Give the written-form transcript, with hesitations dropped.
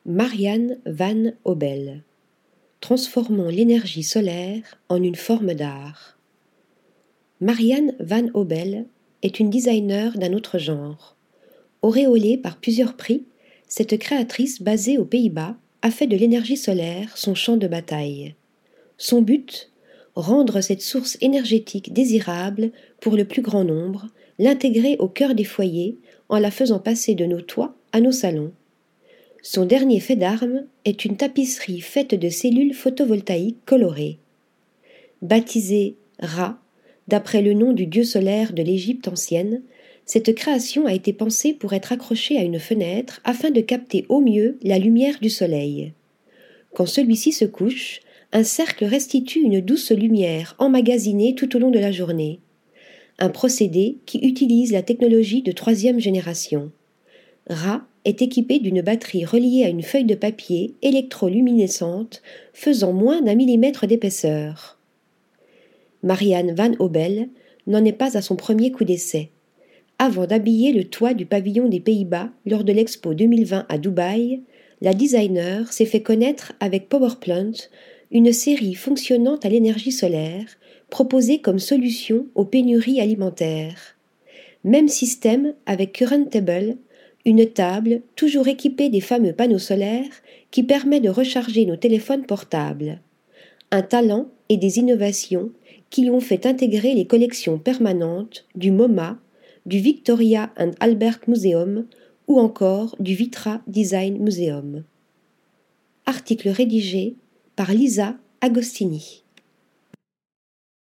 Marianne Van Hobel. Transformons l'énergie solaire en une forme d'art. Marianne Van Hobel est une designer d'un autre genre. Auréolée par plusieurs prix, cette créatrice basée aux Pays-Bas a fait de l'énergie solaire son champ de bataille. Son but ? Rendre cette source énergétique désirable pour le plus grand nombre, l'intégrer au cœur des foyers en la faisant passer de nos toits à nos salons. Son dernier fait d'armes est une tapisserie faite de cellules photovoltaïques colorées. Baptisée Ra, d'après le nom du dieu solaire de l'Égypte ancienne, cette création a été pensée pour être accrochée à une fenêtre afin de capter au mieux la lumière du soleil. Quand celui-ci se couche, un cercle restitue une douce lumière emmagasinée tout au long de la journée. Un procédé qui utilise la technologie de 3e génération. Ra est équipé d'une batterie reliée à une feuille de papier électroluminescente faisant moins d'1 millimètre d'épaisseur. Marianne Van Hobel n'en est pas à son premier coup d'essai. Avant d'habiller le toit du pavillon des Pays-Bas lors de l'Expo 2020 à Dubaï, la designer s'est fait connaître avec Powerplant, une série fonctionnant à l'énergie solaire, proposée comme solution aux pénuries alimentaires. Même système avec Currentable, une table toujours équipée des fameux panneaux solaires qui permet de recharger nos téléphones portables. Un talent et des innovations qui lui ont fait intégrer les collections permanentes du MoMA, du Victoria and Albert Museum ou encore du Vitra Design Museum. Article rédigé par Lisa Agostini.